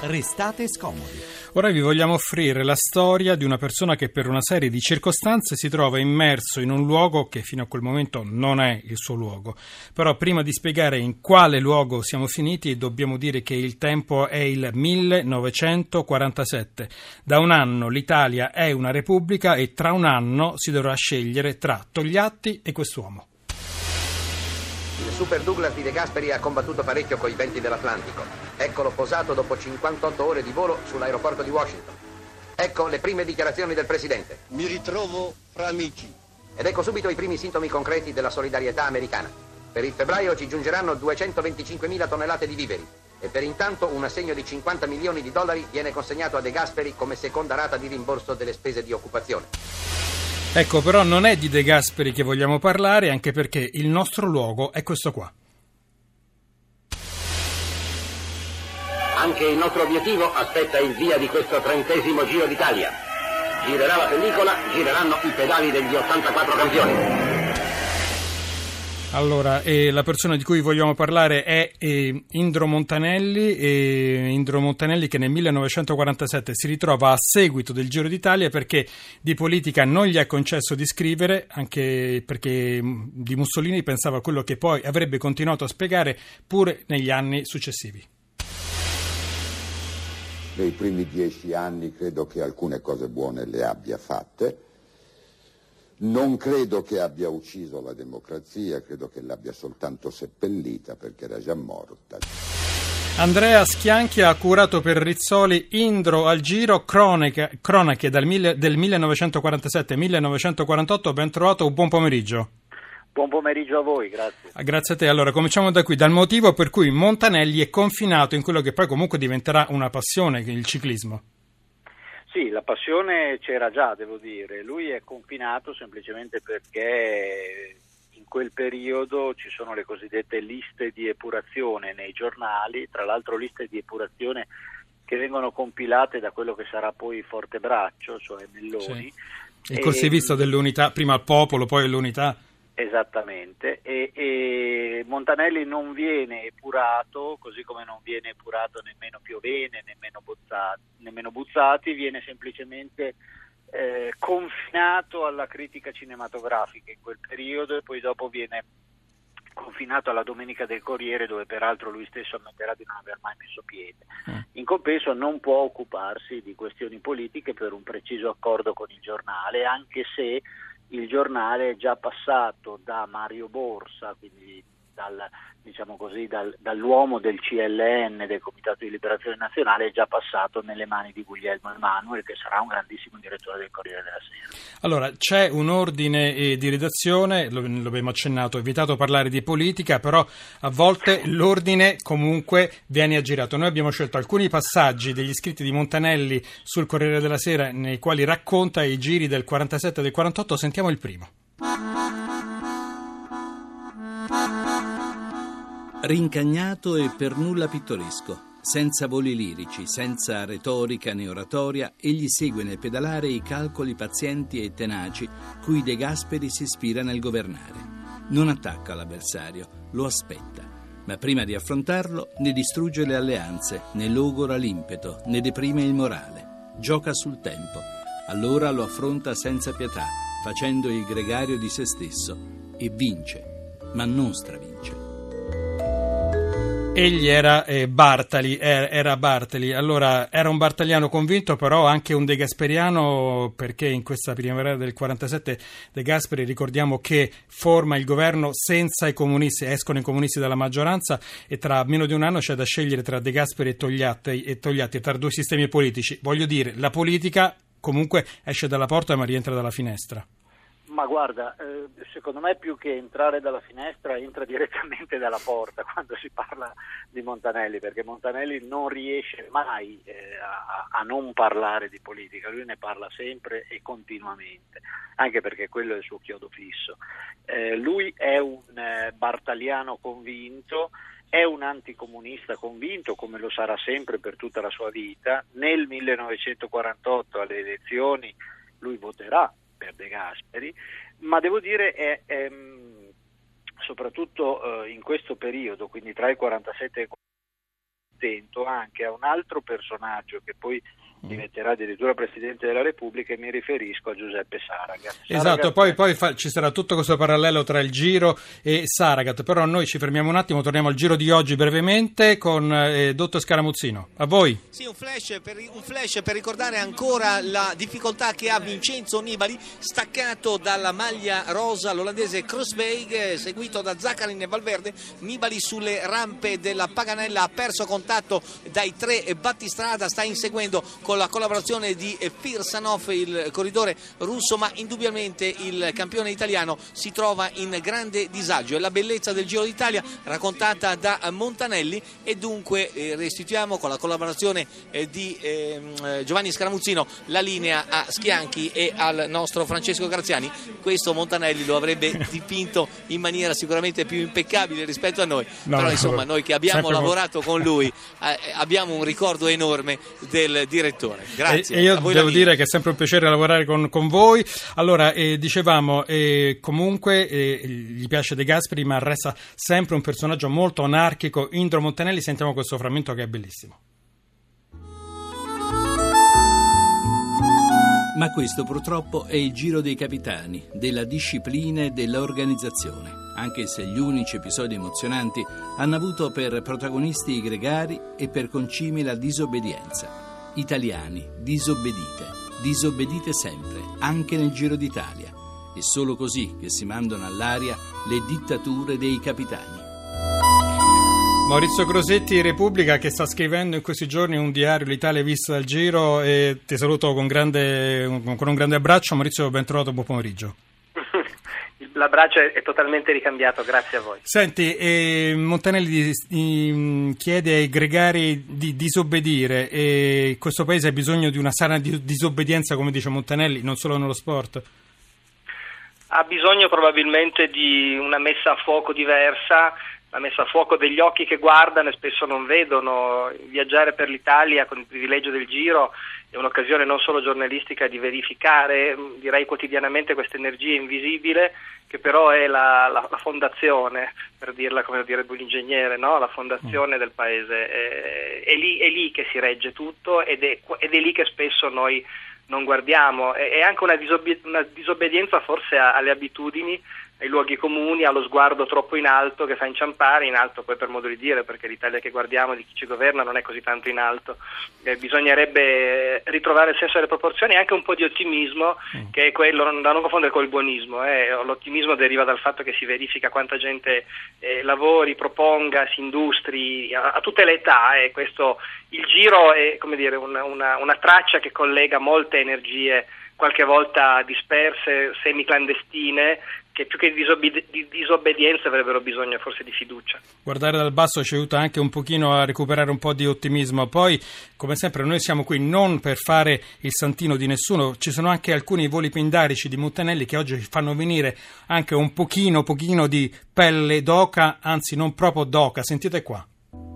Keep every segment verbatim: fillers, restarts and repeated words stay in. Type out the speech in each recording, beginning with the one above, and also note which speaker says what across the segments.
Speaker 1: Restate scomodi.
Speaker 2: Ora vi vogliamo offrire la storia di una persona che per una serie di circostanze si trova immerso in un luogo che fino a quel momento non è il suo luogo. Però prima di spiegare in quale luogo siamo finiti dobbiamo dire che il tempo è il millenovecentoquarantasette. Da un anno l'Italia è una repubblica e tra un anno si dovrà scegliere tra Togliatti e quest'uomo.
Speaker 3: Il Super Douglas di De Gasperi ha combattuto parecchio coi venti dell'Atlantico. Eccolo posato dopo cinquantotto ore di volo sull'aeroporto di Washington. Ecco le prime dichiarazioni del Presidente.
Speaker 4: Mi ritrovo fra amici.
Speaker 3: Ed ecco subito i primi sintomi concreti della solidarietà americana. Per il febbraio ci giungeranno duecentoventicinquemila tonnellate di viveri e per intanto un assegno di cinquanta milioni di dollari viene consegnato a De Gasperi come seconda rata di rimborso delle spese di occupazione.
Speaker 2: Ecco, però non è di De Gasperi che vogliamo parlare, anche perché il nostro luogo è questo qua.
Speaker 5: Anche il nostro obiettivo aspetta il via di questo trentesimo Giro d'Italia. Girerà la pellicola, gireranno i pedali degli ottantaquattro campioni.
Speaker 2: Allora, eh, la persona di cui vogliamo parlare è eh, Indro Montanelli, eh, Indro Montanelli che nel millenovecentoquarantasette si ritrova a seguito del Giro d'Italia perché di politica non gli è concesso di scrivere, anche perché di Mussolini pensava quello che poi avrebbe continuato a spiegare pure negli anni successivi.
Speaker 6: Nei primi dieci anni credo che alcune cose buone le abbia fatte. Non credo che abbia ucciso la democrazia, credo che l'abbia soltanto seppellita perché era già morta.
Speaker 2: Andrea Schianchi ha curato per Rizzoli Indro al Giro, cronache, cronache dal mille, del millenovecentoquarantasette millenovecentoquarantotto. Ben trovato, buon pomeriggio.
Speaker 7: Buon pomeriggio a voi, grazie.
Speaker 2: Grazie a te. Allora, cominciamo da qui, dal motivo per cui Montanelli è confinato in quello che poi comunque diventerà una passione, il ciclismo.
Speaker 7: Sì, la passione c'era già, devo dire. Lui è confinato semplicemente perché in quel periodo ci sono le cosiddette liste di epurazione nei giornali, tra l'altro liste di epurazione che vengono compilate da quello che sarà poi Fortebraccio, cioè Melloni.
Speaker 2: Sì. Il corsivista e... dell'Unità, prima al Popolo, poi all'Unità.
Speaker 7: Esattamente, e, e Montanelli non viene epurato, così come non viene epurato nemmeno Piovene, nemmeno Buzzati, nemmeno Buzzati viene semplicemente eh, confinato alla critica cinematografica in quel periodo e poi dopo viene confinato alla Domenica del Corriere, dove peraltro lui stesso ammetterà di non aver mai messo piede. In compenso non può occuparsi di questioni politiche per un preciso accordo con il giornale, anche se il giornale è già passato da Mario Borsa, quindi dal, diciamo così, dal, dall'uomo del C L N, del Comitato di Liberazione Nazionale, è già passato nelle mani di Guglielmo Emanuel, che sarà un grandissimo direttore del Corriere della Sera.
Speaker 2: Allora, c'è un ordine eh, di redazione, lo, lo abbiamo accennato, ho evitato parlare di politica, però a volte l'ordine comunque viene aggirato. Noi abbiamo scelto alcuni passaggi degli scritti di Montanelli sul Corriere della Sera, nei quali racconta i giri del quarantasette e del quarantotto. Sentiamo il primo.
Speaker 8: Rincagnato e per nulla pittoresco, senza voli lirici, senza retorica né oratoria, egli segue nel pedalare i calcoli pazienti e tenaci cui De Gasperi si ispira nel governare. Non attacca l'avversario, lo aspetta, ma prima di affrontarlo ne distrugge le alleanze, ne logora l'impeto, ne deprime il morale. Gioca sul tempo, allora lo affronta senza pietà, facendo il gregario di se stesso, e vince, ma non stravince.
Speaker 2: Egli era eh, Bartali, era, era Bartali, allora era un bartaliano convinto, però anche un De Gasperiano, perché in questa primavera del quarantasette De Gasperi, ricordiamo che forma il governo senza i comunisti, escono i comunisti dalla maggioranza e tra meno di un anno c'è da scegliere tra De Gasperi e Togliatti, e Togliatti tra due sistemi politici. Voglio dire, la politica comunque esce dalla porta ma rientra dalla finestra.
Speaker 7: Ma guarda, eh, secondo me più che entrare dalla finestra entra direttamente dalla porta quando si parla di Montanelli, perché Montanelli non riesce mai eh, a, a non parlare di politica, lui ne parla sempre e continuamente, anche perché quello è il suo chiodo fisso. Eh, lui è un eh, bartaliano convinto, è un anticomunista convinto, come lo sarà sempre per tutta la sua vita. Nel millenovecentoquarantotto alle elezioni lui voterà per De Gasperi, ma devo dire è, è soprattutto eh, in questo periodo, quindi tra il quarantasette e il attento anche a un altro personaggio che poi diventerà addirittura Presidente della Repubblica, e mi riferisco a Giuseppe Saragat.
Speaker 2: Esatto,
Speaker 7: Saragat...
Speaker 2: poi, poi fa, ci sarà tutto questo parallelo tra il Giro e Saragat, però noi ci fermiamo un attimo, torniamo al Giro di oggi brevemente con eh, Dottor Scaramuzzino. A voi.
Speaker 1: Sì, un flash, per, un flash per ricordare ancora la difficoltà che ha Vincenzo Nibali, staccato dalla maglia rosa l'olandese Kruiswijk, seguito da Zaccarin e Valverde. Nibali sulle rampe della Paganella ha perso contatto dai tre battistrada, sta inseguendo con la collaborazione di Firsanov il corridore russo, ma indubbiamente il campione italiano si trova in grande disagio. È la bellezza del Giro d'Italia raccontata da Montanelli, e dunque eh, restituiamo con la collaborazione eh, di eh, Giovanni Scaramuzzino la linea a Schianchi e al nostro Francesco Graziani. Questo Montanelli lo avrebbe dipinto in maniera sicuramente più impeccabile rispetto a noi, no, però insomma noi che abbiamo lavorato con lui eh, abbiamo un ricordo enorme del direttore. Grazie.
Speaker 2: E, e io devo dire che è sempre un piacere lavorare con, con voi. Allora, eh, dicevamo, eh, comunque eh, gli piace De Gasperi, ma resta sempre un personaggio molto anarchico. Indro Montanelli, sentiamo questo frammento che è bellissimo.
Speaker 8: Ma questo purtroppo è il Giro dei capitani, della disciplina e dell'organizzazione, anche se gli unici episodi emozionanti hanno avuto per protagonisti i gregari e per concimi la disobbedienza. Italiani, disobbedite, disobbedite sempre, anche nel Giro d'Italia. È solo così che si mandano all'aria le dittature dei capitani.
Speaker 2: Maurizio Crosetti, Repubblica, che sta scrivendo in questi giorni un diario, l'Italia vista dal Giro, e ti saluto con, grande, con un grande abbraccio. Maurizio, ben trovato, buon pomeriggio.
Speaker 9: L'abbraccio è totalmente ricambiato, grazie a voi.
Speaker 2: Senti, eh, Montanelli eh, chiede ai gregari di disobbedire, e questo paese ha bisogno di una sana di- disobbedienza, come dice Montanelli, non solo nello sport.
Speaker 9: Ha bisogno probabilmente di una messa a fuoco diversa, la messa a fuoco degli occhi che guardano e spesso non vedono. Viaggiare per l'Italia con il privilegio del Giro è un'occasione non solo giornalistica di verificare, direi quotidianamente, questa energia invisibile che però è la, la, la fondazione, per dirla come direbbe un ingegnere, no? La fondazione mm. del paese. È, è, lì, è lì che si regge tutto, ed è, ed è lì che spesso noi non guardiamo. È, è anche una, disobbe- una disobbedienza forse a, alle abitudini, ai luoghi comuni, allo sguardo troppo in alto che fa inciampare, in alto poi per modo di dire, perché l'Italia che guardiamo, di chi ci governa, non è così tanto in alto. Eh, bisognerebbe ritrovare il senso delle proporzioni e anche un po' di ottimismo, mm. che è quello, non, da non confondere col buonismo. Eh. L'ottimismo deriva dal fatto che si verifica quanta gente eh, lavori, proponga, si industri a, a tutte le età, e eh. questo, il Giro è, come dire, una, una, una traccia che collega molte energie, qualche volta disperse, semiclandestine, che più che di, disobbedi- di disobbedienza avrebbero bisogno forse di fiducia.
Speaker 2: Guardare dal basso ci aiuta anche un pochino a recuperare un po' di ottimismo. Poi, come sempre, noi siamo qui non per fare il santino di nessuno. Ci sono anche alcuni voli pindarici di Montanelli che oggi fanno venire anche un pochino, pochino di pelle d'oca, anzi non proprio d'oca. Sentite qua.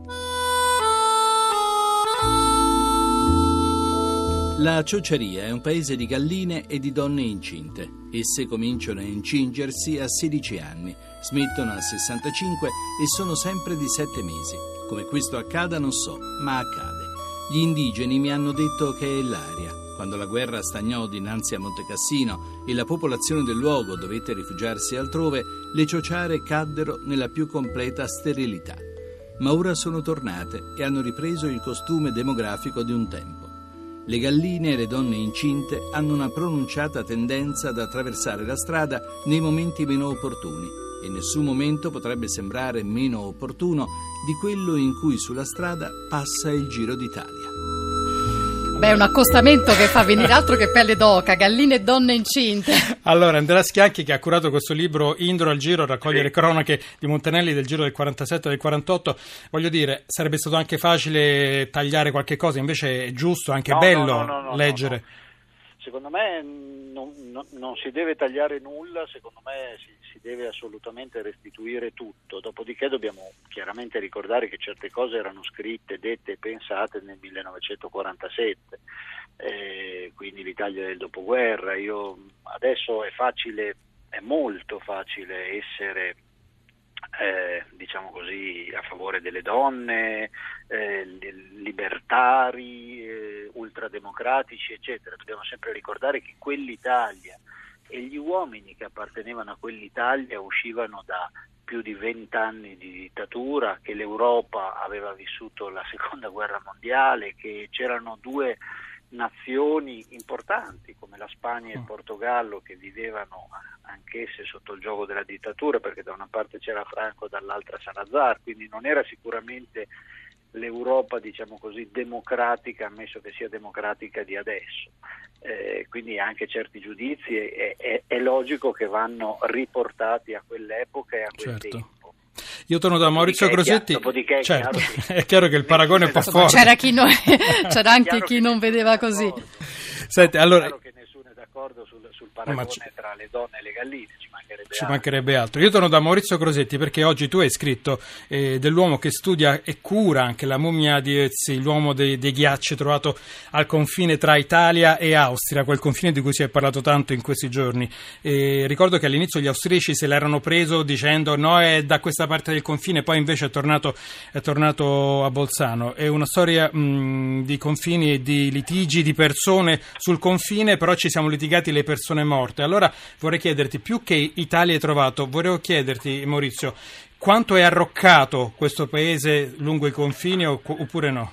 Speaker 8: La Ciociaria è un paese di galline e di donne incinte. Esse cominciano a incingersi a sedici anni, smettono a sessantacinque e sono sempre di sette mesi. Come questo accada non so, ma accade. Gli indigeni mi hanno detto che è l'aria. Quando la guerra stagnò dinanzi a Montecassino e la popolazione del luogo dovette rifugiarsi altrove, le ciociare caddero nella più completa sterilità. Ma ora sono tornate e hanno ripreso il costume demografico di un tempo. Le galline e le donne incinte hanno una pronunciata tendenza ad attraversare la strada nei momenti meno opportuni, e nessun momento potrebbe sembrare meno opportuno di quello in cui sulla strada passa il Giro d'Italia.
Speaker 10: Beh, un accostamento che fa venire altro che pelle d'oca, galline e donne incinte.
Speaker 2: Allora, Andrea Schianchi, che ha curato questo libro Indro al Giro, raccogliere sì. cronache di Montanelli del Giro del quarantasette e del quarantotto, voglio dire, sarebbe stato anche facile tagliare qualche cosa, invece è giusto, anche
Speaker 7: no,
Speaker 2: bello
Speaker 7: no, no, no,
Speaker 2: leggere.
Speaker 7: No, no. Secondo me non, non, non si deve tagliare nulla, secondo me si, si deve assolutamente restituire tutto, dopodiché dobbiamo chiaramente ricordare che certe cose erano scritte, dette e pensate nel millenovecentoquarantasette, eh, quindi l'Italia del dopoguerra. Io adesso è facile, è molto facile essere Eh, diciamo così, a favore delle donne, eh, militari, eh, ultrademocratici, eccetera. Dobbiamo sempre ricordare che quell'Italia e gli uomini che appartenevano a quell'Italia uscivano da più di vent'anni di dittatura, che l'Europa aveva vissuto la seconda guerra mondiale, che c'erano due nazioni importanti come la Spagna e il Portogallo che vivevano anch'esse sotto il giogo della dittatura, perché da una parte c'era Franco, dall'altra Salazar, quindi non era sicuramente l'Europa, diciamo così, democratica, ammesso che sia democratica di adesso. Eh, quindi anche certi giudizi è, è, è logico che vanno riportati a quell'epoca e a quel
Speaker 2: certo.
Speaker 7: tempo.
Speaker 2: Io torno da Maurizio Crosetti.
Speaker 7: Dopodiché è,
Speaker 2: certo,
Speaker 7: chiaro che...
Speaker 2: è chiaro che il paragone è un po' forte.
Speaker 10: C'era, chi non... C'era anche chi non vedeva così.
Speaker 2: Senti, allora...
Speaker 7: È chiaro che nessuno è d'accordo sul, sul paragone c... tra le donne e le galline, ci mancherebbe,
Speaker 2: ci
Speaker 7: altro.
Speaker 2: mancherebbe altro. Io torno da Maurizio Crosetti perché oggi tu hai scritto eh, dell'uomo che studia e cura anche la mummia di Ötzi, l'uomo dei, dei ghiacci trovato al confine tra Italia e Austria, quel confine di cui si è parlato tanto in questi giorni. E ricordo che all'inizio gli austriaci se l'erano preso dicendo no, è da questa parte del confine, poi invece è tornato, è tornato a Bolzano. È una storia mh, di confini e di litigi di persone sul confine, però ci siamo litigati le persone morte. Allora vorrei chiederti, più che Italia hai trovato, vorrei chiederti, Maurizio, quanto è arroccato questo paese lungo i confini oppure no?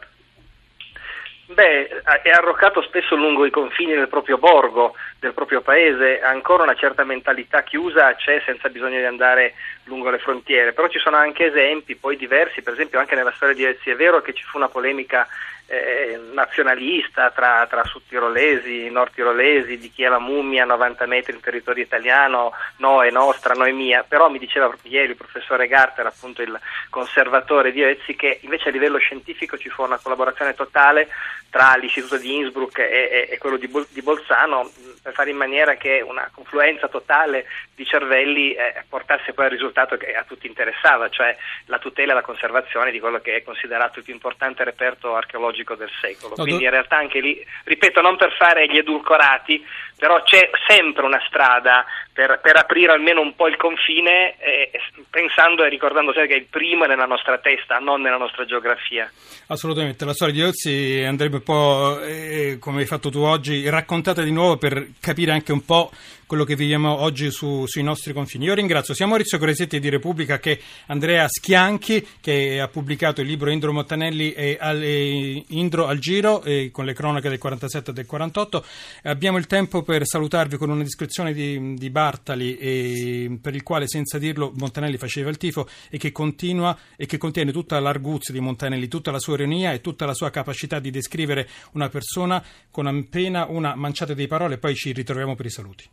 Speaker 9: Beh, è arroccato spesso lungo i confini del proprio borgo, del proprio paese, ancora una certa mentalità chiusa c'è senza bisogno di andare lungo le frontiere, però ci sono anche esempi poi diversi, per esempio anche nella storia di Ötzi è vero che ci fu una polemica eh, nazionalista tra, tra sudtirolesi, nordtirolesi, di chi è la mummia a novanta metri in territorio italiano, no è nostra, no è mia, però mi diceva ieri il professore Garter, appunto il conservatore di Ötzi, che invece a livello scientifico ci fu una collaborazione totale tra l'istituto di Innsbruck e, e, e quello di, Bol- di Bolzano per fare in maniera che una confluenza totale di cervelli eh, portasse poi al risultato che a tutti interessava, cioè la tutela e la conservazione di quello che è considerato il più importante reperto archeologico del secolo. No, Quindi do... in realtà anche lì, ripeto, non per fare gli edulcorati, però c'è sempre una strada per, per aprire almeno un po' il confine, eh, pensando e ricordando sempre che il primo è nella nostra testa, non nella nostra geografia.
Speaker 2: Assolutamente, la storia di Ötzi andrebbe un po', eh, come hai fatto tu oggi, raccontata di nuovo per capire anche un po' quello che viviamo oggi su, sui nostri confini. Io ringrazio sia Maurizio Crosetti di Repubblica che Andrea Schianchi, che ha pubblicato il libro Indro Montanelli e, e Indro al Giro e con le cronache del quarantasette e del quarantotto. Abbiamo il tempo per salutarvi con una descrizione di, di Bartali, e, per il quale senza dirlo Montanelli faceva il tifo, e che continua e che contiene tutta l'arguzia di Montanelli, tutta la sua ironia e tutta la sua capacità di descrivere una persona con appena una manciata di parole. Poi ci ritroviamo per i saluti.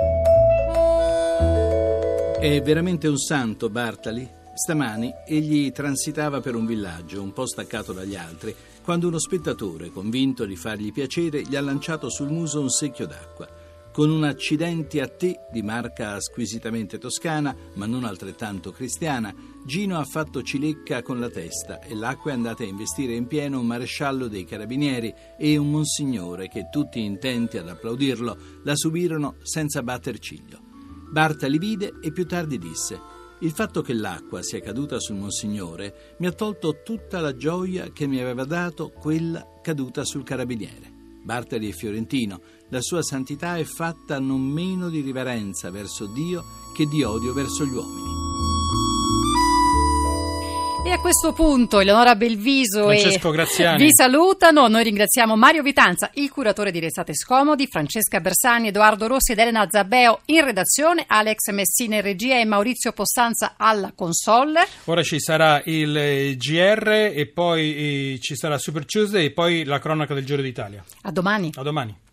Speaker 8: È veramente un santo Bartali? Stamani egli transitava per un villaggio un po' staccato dagli altri quando uno spettatore, convinto di fargli piacere, gli ha lanciato sul muso un secchio d'acqua. Con un accidenti a te di marca squisitamente toscana, ma non altrettanto cristiana, Gino ha fatto cilecca con la testa e l'acqua è andata a investire in pieno un maresciallo dei carabinieri e un monsignore che, tutti intenti ad applaudirlo, la subirono senza batter ciglio. Bartali vide e più tardi disse: «Il fatto che l'acqua sia caduta sul monsignore mi ha tolto tutta la gioia che mi aveva dato quella caduta sul carabiniere». Bartali è fiorentino, la sua santità è fatta non meno di riverenza verso Dio che di odio verso gli uomini.
Speaker 10: E a questo punto Eleonora Belviso
Speaker 2: Francesco
Speaker 10: e
Speaker 2: Graziani
Speaker 10: vi salutano. Noi ringraziamo Mario Vitanza, il curatore di Restate Scomodi, Francesca Bersani, Edoardo Rossi ed Elena Zabbeo in redazione, Alex Messina in regia e Maurizio Costanza alla console.
Speaker 2: Ora ci sarà il G R e poi ci sarà Super Tuesday e poi la cronaca del Giro d'Italia.
Speaker 10: A domani.
Speaker 2: A domani.